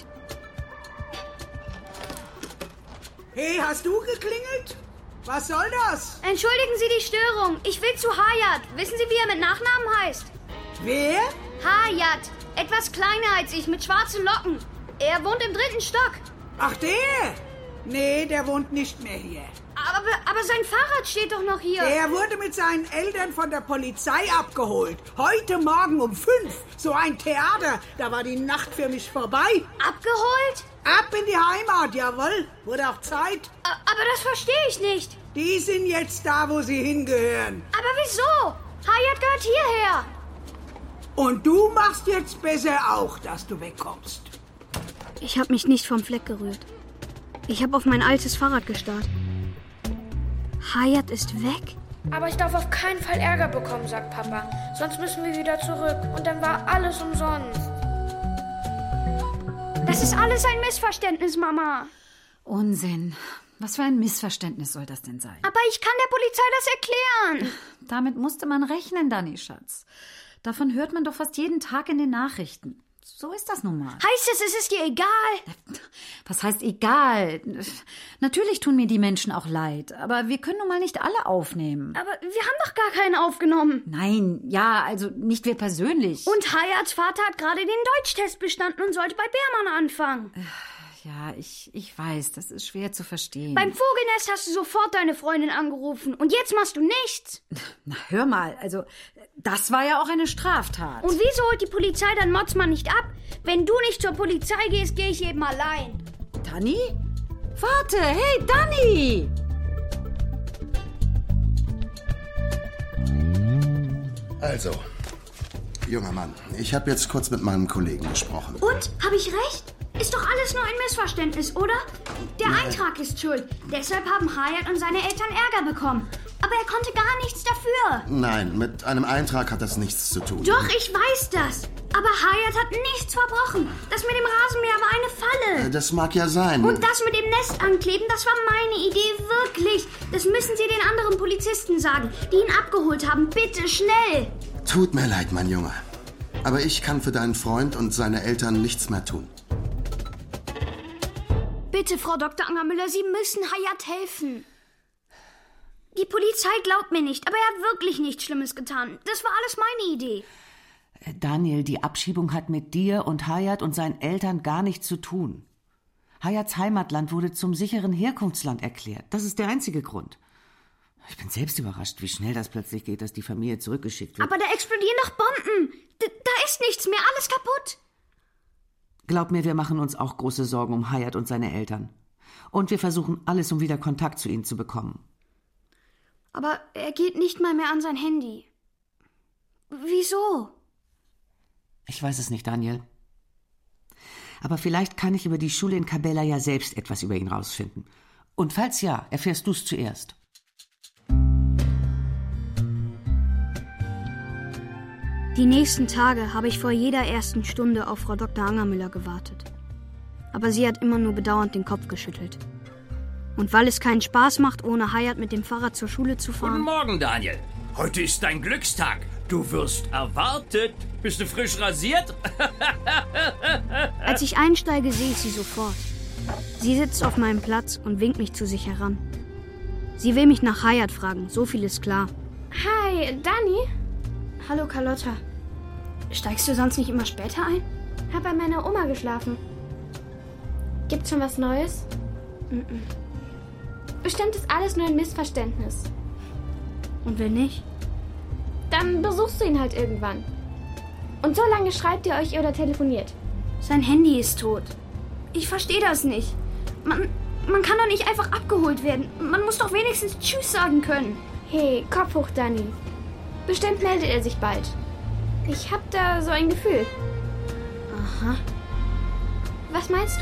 Hey, hast du geklingelt? Was soll das? Entschuldigen Sie die Störung. Ich will zu Hayat. Wissen Sie, wie er mit Nachnamen heißt? Wer? Hayat. Etwas kleiner als ich, mit schwarzen Locken. Er wohnt im 3. Stock. Ach, der? Nee, der wohnt nicht mehr hier. Aber sein Fahrrad steht doch noch hier. Der wurde mit seinen Eltern von der Polizei abgeholt. Heute Morgen um 5. So ein Theater. Da war die Nacht für mich vorbei. Abgeholt? Ab in die Heimat, jawohl. Wurde auch Zeit. Aber das verstehe ich nicht. Die sind jetzt da, wo sie hingehören. Aber wieso? Hayat gehört hierher. Und du machst jetzt besser auch, dass du wegkommst. Ich habe mich nicht vom Fleck gerührt. Ich habe auf mein altes Fahrrad gestarrt. Hayat ist weg. Aber ich darf auf keinen Fall Ärger bekommen, sagt Papa. Sonst müssen wir wieder zurück. Und dann war alles umsonst. Das ist alles ein Missverständnis, Mama. Unsinn. Was für ein Missverständnis soll das denn sein? Aber ich kann der Polizei das erklären. Damit musste man rechnen, Dani, Schatz. Davon hört man doch fast jeden Tag in den Nachrichten. So ist das nun mal. Heißt es ist dir egal? Was heißt egal? Natürlich tun mir die Menschen auch leid, aber wir können nun mal nicht alle aufnehmen. Aber wir haben doch gar keinen aufgenommen. Nein, ja, also nicht wir persönlich. Und Hayats Vater hat gerade den Deutschtest bestanden und sollte bei Beermann anfangen. Ja, ich weiß, das ist schwer zu verstehen. Beim Vogelnest hast du sofort deine Freundin angerufen und jetzt machst du nichts. Na, hör mal, also das war ja auch eine Straftat. Und wieso holt die Polizei dann Motzmann nicht ab? Wenn du nicht zur Polizei gehst, gehe ich eben allein. Dani? Warte, hey, Dani! Also, junger Mann, ich habe jetzt kurz mit meinem Kollegen gesprochen. Und? Habe ich recht? Ist doch alles nur ein Missverständnis, oder? Der Eintrag ist schuld. Deshalb haben Hayat und seine Eltern Ärger bekommen. Aber er konnte gar nichts dafür. Nein, mit einem Eintrag hat das nichts zu tun. Doch, ich weiß das. Aber Hayat hat nichts verbrochen. Das mit dem Rasenmäher war eine Falle. Das mag ja sein. Und das mit dem Nest ankleben, das war meine Idee, wirklich. Das müssen Sie den anderen Polizisten sagen, die ihn abgeholt haben. Bitte, schnell. Tut mir leid, mein Junge. Aber ich kann für deinen Freund und seine Eltern nichts mehr tun. Bitte, Frau Dr. Angermüller, Sie müssen Hayat helfen. Die Polizei glaubt mir nicht, aber er hat wirklich nichts Schlimmes getan. Das war alles meine Idee. Daniel, die Abschiebung hat mit dir und Hayat und seinen Eltern gar nichts zu tun. Hayats Heimatland wurde zum sicheren Herkunftsland erklärt. Das ist der einzige Grund. Ich bin selbst überrascht, wie schnell das plötzlich geht, dass die Familie zurückgeschickt wird. Aber da explodieren doch Bomben. Da ist nichts mehr, alles kaputt. Glaub mir, wir machen uns auch große Sorgen um Hayat und seine Eltern. Und wir versuchen alles, um wieder Kontakt zu ihnen zu bekommen. Aber er geht nicht mal mehr an sein Handy. Wieso? Ich weiß es nicht, Daniel. Aber vielleicht kann ich über die Schule in Cabela ja selbst etwas über ihn rausfinden. Und falls ja, erfährst du's zuerst. Die nächsten Tage habe ich vor jeder ersten Stunde auf Frau Dr. Angermüller gewartet. Aber sie hat immer nur bedauernd den Kopf geschüttelt. Und weil es keinen Spaß macht, ohne Hayat mit dem Fahrrad zur Schule zu fahren... Guten Morgen, Daniel. Heute ist dein Glückstag. Du wirst erwartet. Bist du frisch rasiert? Als ich einsteige, sehe ich sie sofort. Sie sitzt auf meinem Platz und winkt mich zu sich heran. Sie will mich nach Hayat fragen, so viel ist klar. Hi, Dani? Hallo, Carlotta. Steigst du sonst nicht immer später ein? Hab bei meiner Oma geschlafen. Gibt's schon was Neues? Bestimmt ist alles nur ein Missverständnis. Und wenn nicht? Dann besuchst du ihn halt irgendwann. Und so lange schreibt ihr euch oder telefoniert. Sein Handy ist tot. Ich verstehe das nicht. Man kann doch nicht einfach abgeholt werden. Man muss doch wenigstens Tschüss sagen können. Hey, Kopf hoch, Dani. Bestimmt meldet er sich bald. Ich hab da so ein Gefühl. Aha. Was meinst du?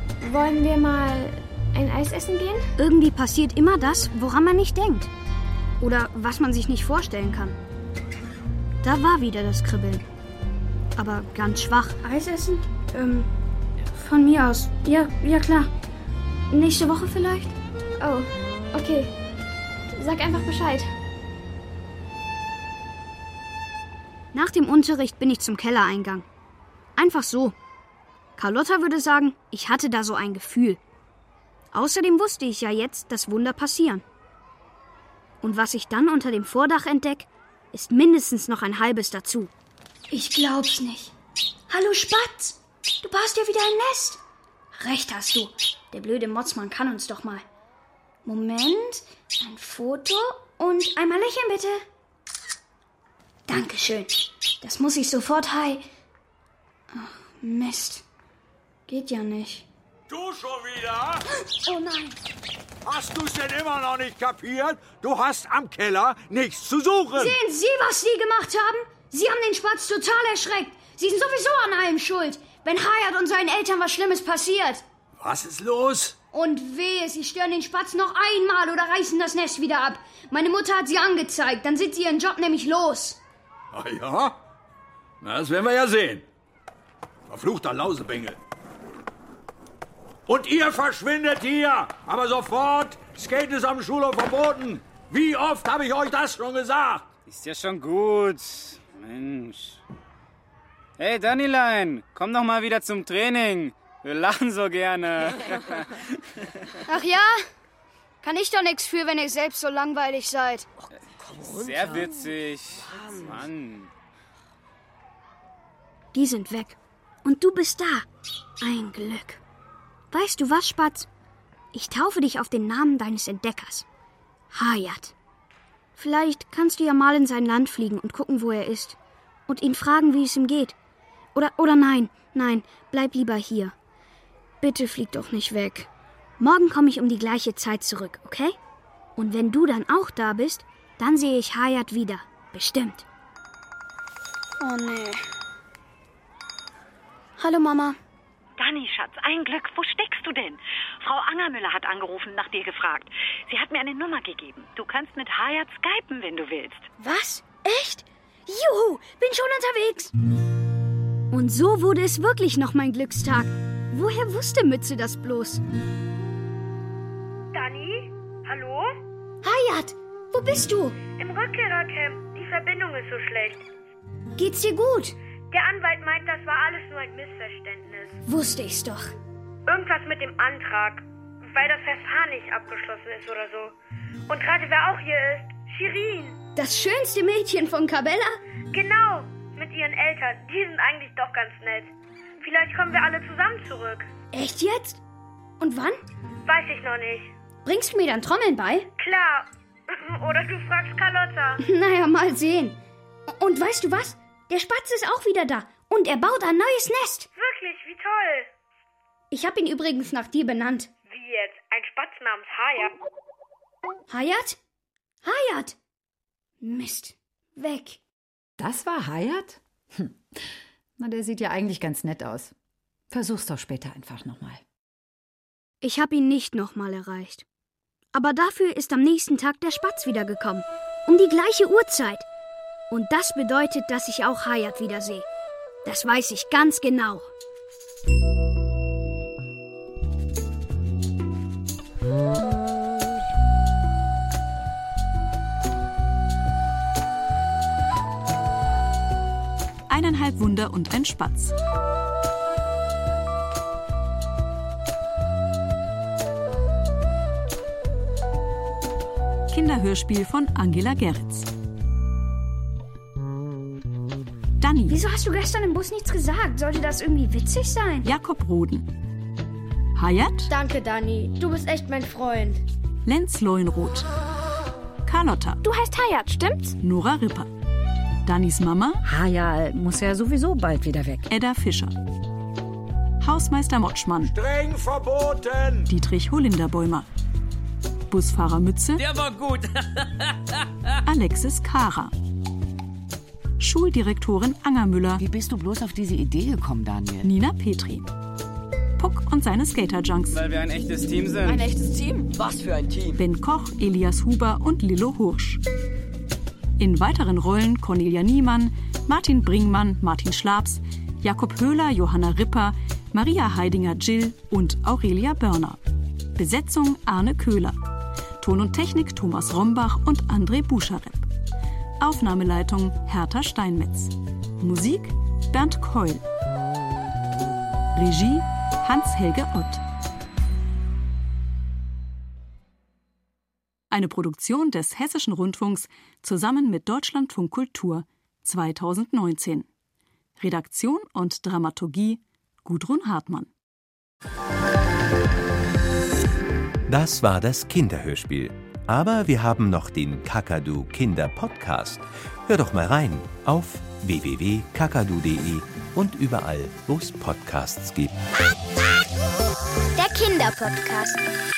Wollen wir mal ein Eis essen gehen? Irgendwie passiert immer das, woran man nicht denkt. Oder was man sich nicht vorstellen kann. Da war wieder das Kribbeln. Aber ganz schwach. Eis essen? Von mir aus. Ja, klar. Nächste Woche vielleicht? Oh, okay. Sag einfach Bescheid. Nach dem Unterricht bin ich zum Kellereingang. Einfach so. Carlotta würde sagen, ich hatte da so ein Gefühl. Außerdem wusste ich ja jetzt, dass Wunder passieren. Und was ich dann unter dem Vordach entdecke, ist mindestens noch ein halbes dazu. Ich glaub's nicht. Hallo Spatz, du baust ja wieder ein Nest. Recht hast du. Der blöde Motzmann kann uns doch mal. Moment, ein Foto und einmal lächeln bitte. Dankeschön. Das muss ich sofort Ach, Mist. Geht ja nicht. Du schon wieder? Oh nein. Hast du's denn immer noch nicht kapiert? Du hast am Keller nichts zu suchen. Sehen Sie, was Sie gemacht haben? Sie haben den Spatz total erschreckt. Sie sind sowieso an allem schuld, wenn Hayat und seinen Eltern was Schlimmes passiert. Was ist los? Und wehe, Sie stören den Spatz noch einmal oder reißen das Nest wieder ab. Meine Mutter hat Sie angezeigt, dann sind Sie Ihren Job nämlich los. Ah ja? Na, das werden wir ja sehen. Verfluchter Lausebengel. Und ihr verschwindet hier, aber sofort. Skate ist am Schulhof verboten. Wie oft habe ich euch das schon gesagt? Ist ja schon gut. Mensch. Hey, Danilein, komm doch mal wieder zum Training. Wir lachen so gerne. Ach ja? Kann ich doch nichts für, wenn ihr selbst so langweilig seid. Sehr witzig. Mann. Die sind weg. Und du bist da. Ein Glück. Weißt du was, Spatz? Ich taufe dich auf den Namen deines Entdeckers. Hayat. Vielleicht kannst du ja mal in sein Land fliegen und gucken, wo er ist. Und ihn fragen, wie es ihm geht. Oder nein, bleib lieber hier. Bitte flieg doch nicht weg. Morgen komme ich um die gleiche Zeit zurück, okay? Und wenn du dann auch da bist, dann sehe ich Hayat wieder. Bestimmt. Oh nee. Hallo Mama. Dani, Schatz, ein Glück. Wo steckst du denn? Frau Angermüller hat angerufen, nach dir gefragt. Sie hat mir eine Nummer gegeben. Du kannst mit Hayat skypen, wenn du willst. Was? Echt? Juhu, bin schon unterwegs. Und so wurde es wirklich noch mein Glückstag. Woher wusste Mütze das bloß? Dani? Hallo? Hayat, wo bist du? Im Rückkehrercamp. Die Verbindung ist so schlecht. Geht's dir gut? Der Anwalt meint, das war alles nur ein Missverständnis. Wusste ich's doch. Irgendwas mit dem Antrag. Weil das Verfahren nicht abgeschlossen ist oder so. Und rate, wer auch hier ist. Shirin. Das schönste Mädchen von Cabella? Genau. Mit ihren Eltern. Die sind eigentlich doch ganz nett. Vielleicht kommen wir alle zusammen zurück. Echt jetzt? Und wann? Weiß ich noch nicht. Bringst du mir dann Trommeln bei? Klar. Oder du fragst Carlotta. Naja, mal sehen. Und weißt du was? Der Spatz ist auch wieder da. Und er baut ein neues Nest. Wirklich, wie toll. Ich habe ihn übrigens nach dir benannt. Wie jetzt? Ein Spatz namens Hayat? Hayat? Hayat! Mist. Weg. Das war Hayat? Na, der sieht ja eigentlich ganz nett aus. Versuch's doch später einfach nochmal. Ich habe ihn nicht nochmal erreicht. Aber dafür ist am nächsten Tag der Spatz wiedergekommen. Um die gleiche Uhrzeit. Und das bedeutet, dass ich auch Hayat wiedersehe. Das weiß ich ganz genau. Eineinhalb Wunder und ein Spatz. Kinderhörspiel von Angela Gerritz. Dani. Wieso hast du gestern im Bus nichts gesagt? Sollte das irgendwie witzig sein? Jakob Roden. Hayat. Danke, Dani. Du bist echt mein Freund. Lenz Leuenroth. Carlotta. Du heißt Hayat, stimmt's? Nora Ripper. Dannys Mama. Ja, muss ja sowieso bald wieder weg. Edda Fischer. Hausmeister Motschmann. Streng verboten. Dietrich Holinderbäumer. Busfahrer Mütze. Der war gut. Alexis Kara. Schuldirektorin Angermüller. Wie bist du bloß auf diese Idee gekommen, Daniel? Nina Petri. Puck und seine Skater-Junks. Weil wir ein echtes Team sind. Ein echtes Team? Was für ein Team? Ben Koch, Elias Huber und Lillo Hursch. In weiteren Rollen Cornelia Niemann, Martin Bringmann, Martin Schlaps, Jakob Höhler, Johanna Ripper, Maria Heidinger-Gill und Aurelia Börner. Besetzung Arne Köhler. Ton und Technik Thomas Rombach und André Buscharep. Aufnahmeleitung Hertha Steinmetz. Musik Bernd Keul. Regie Hans-Helge Ott. Eine Produktion des Hessischen Rundfunks zusammen mit Deutschlandfunk Kultur 2019. Redaktion und Dramaturgie Gudrun Hartmann. Das war das Kinderhörspiel. Aber wir haben noch den Kakadu Kinder Podcast. Hör doch mal rein auf www.kakadu.de und überall, wo es Podcasts gibt. Der Kinderpodcast.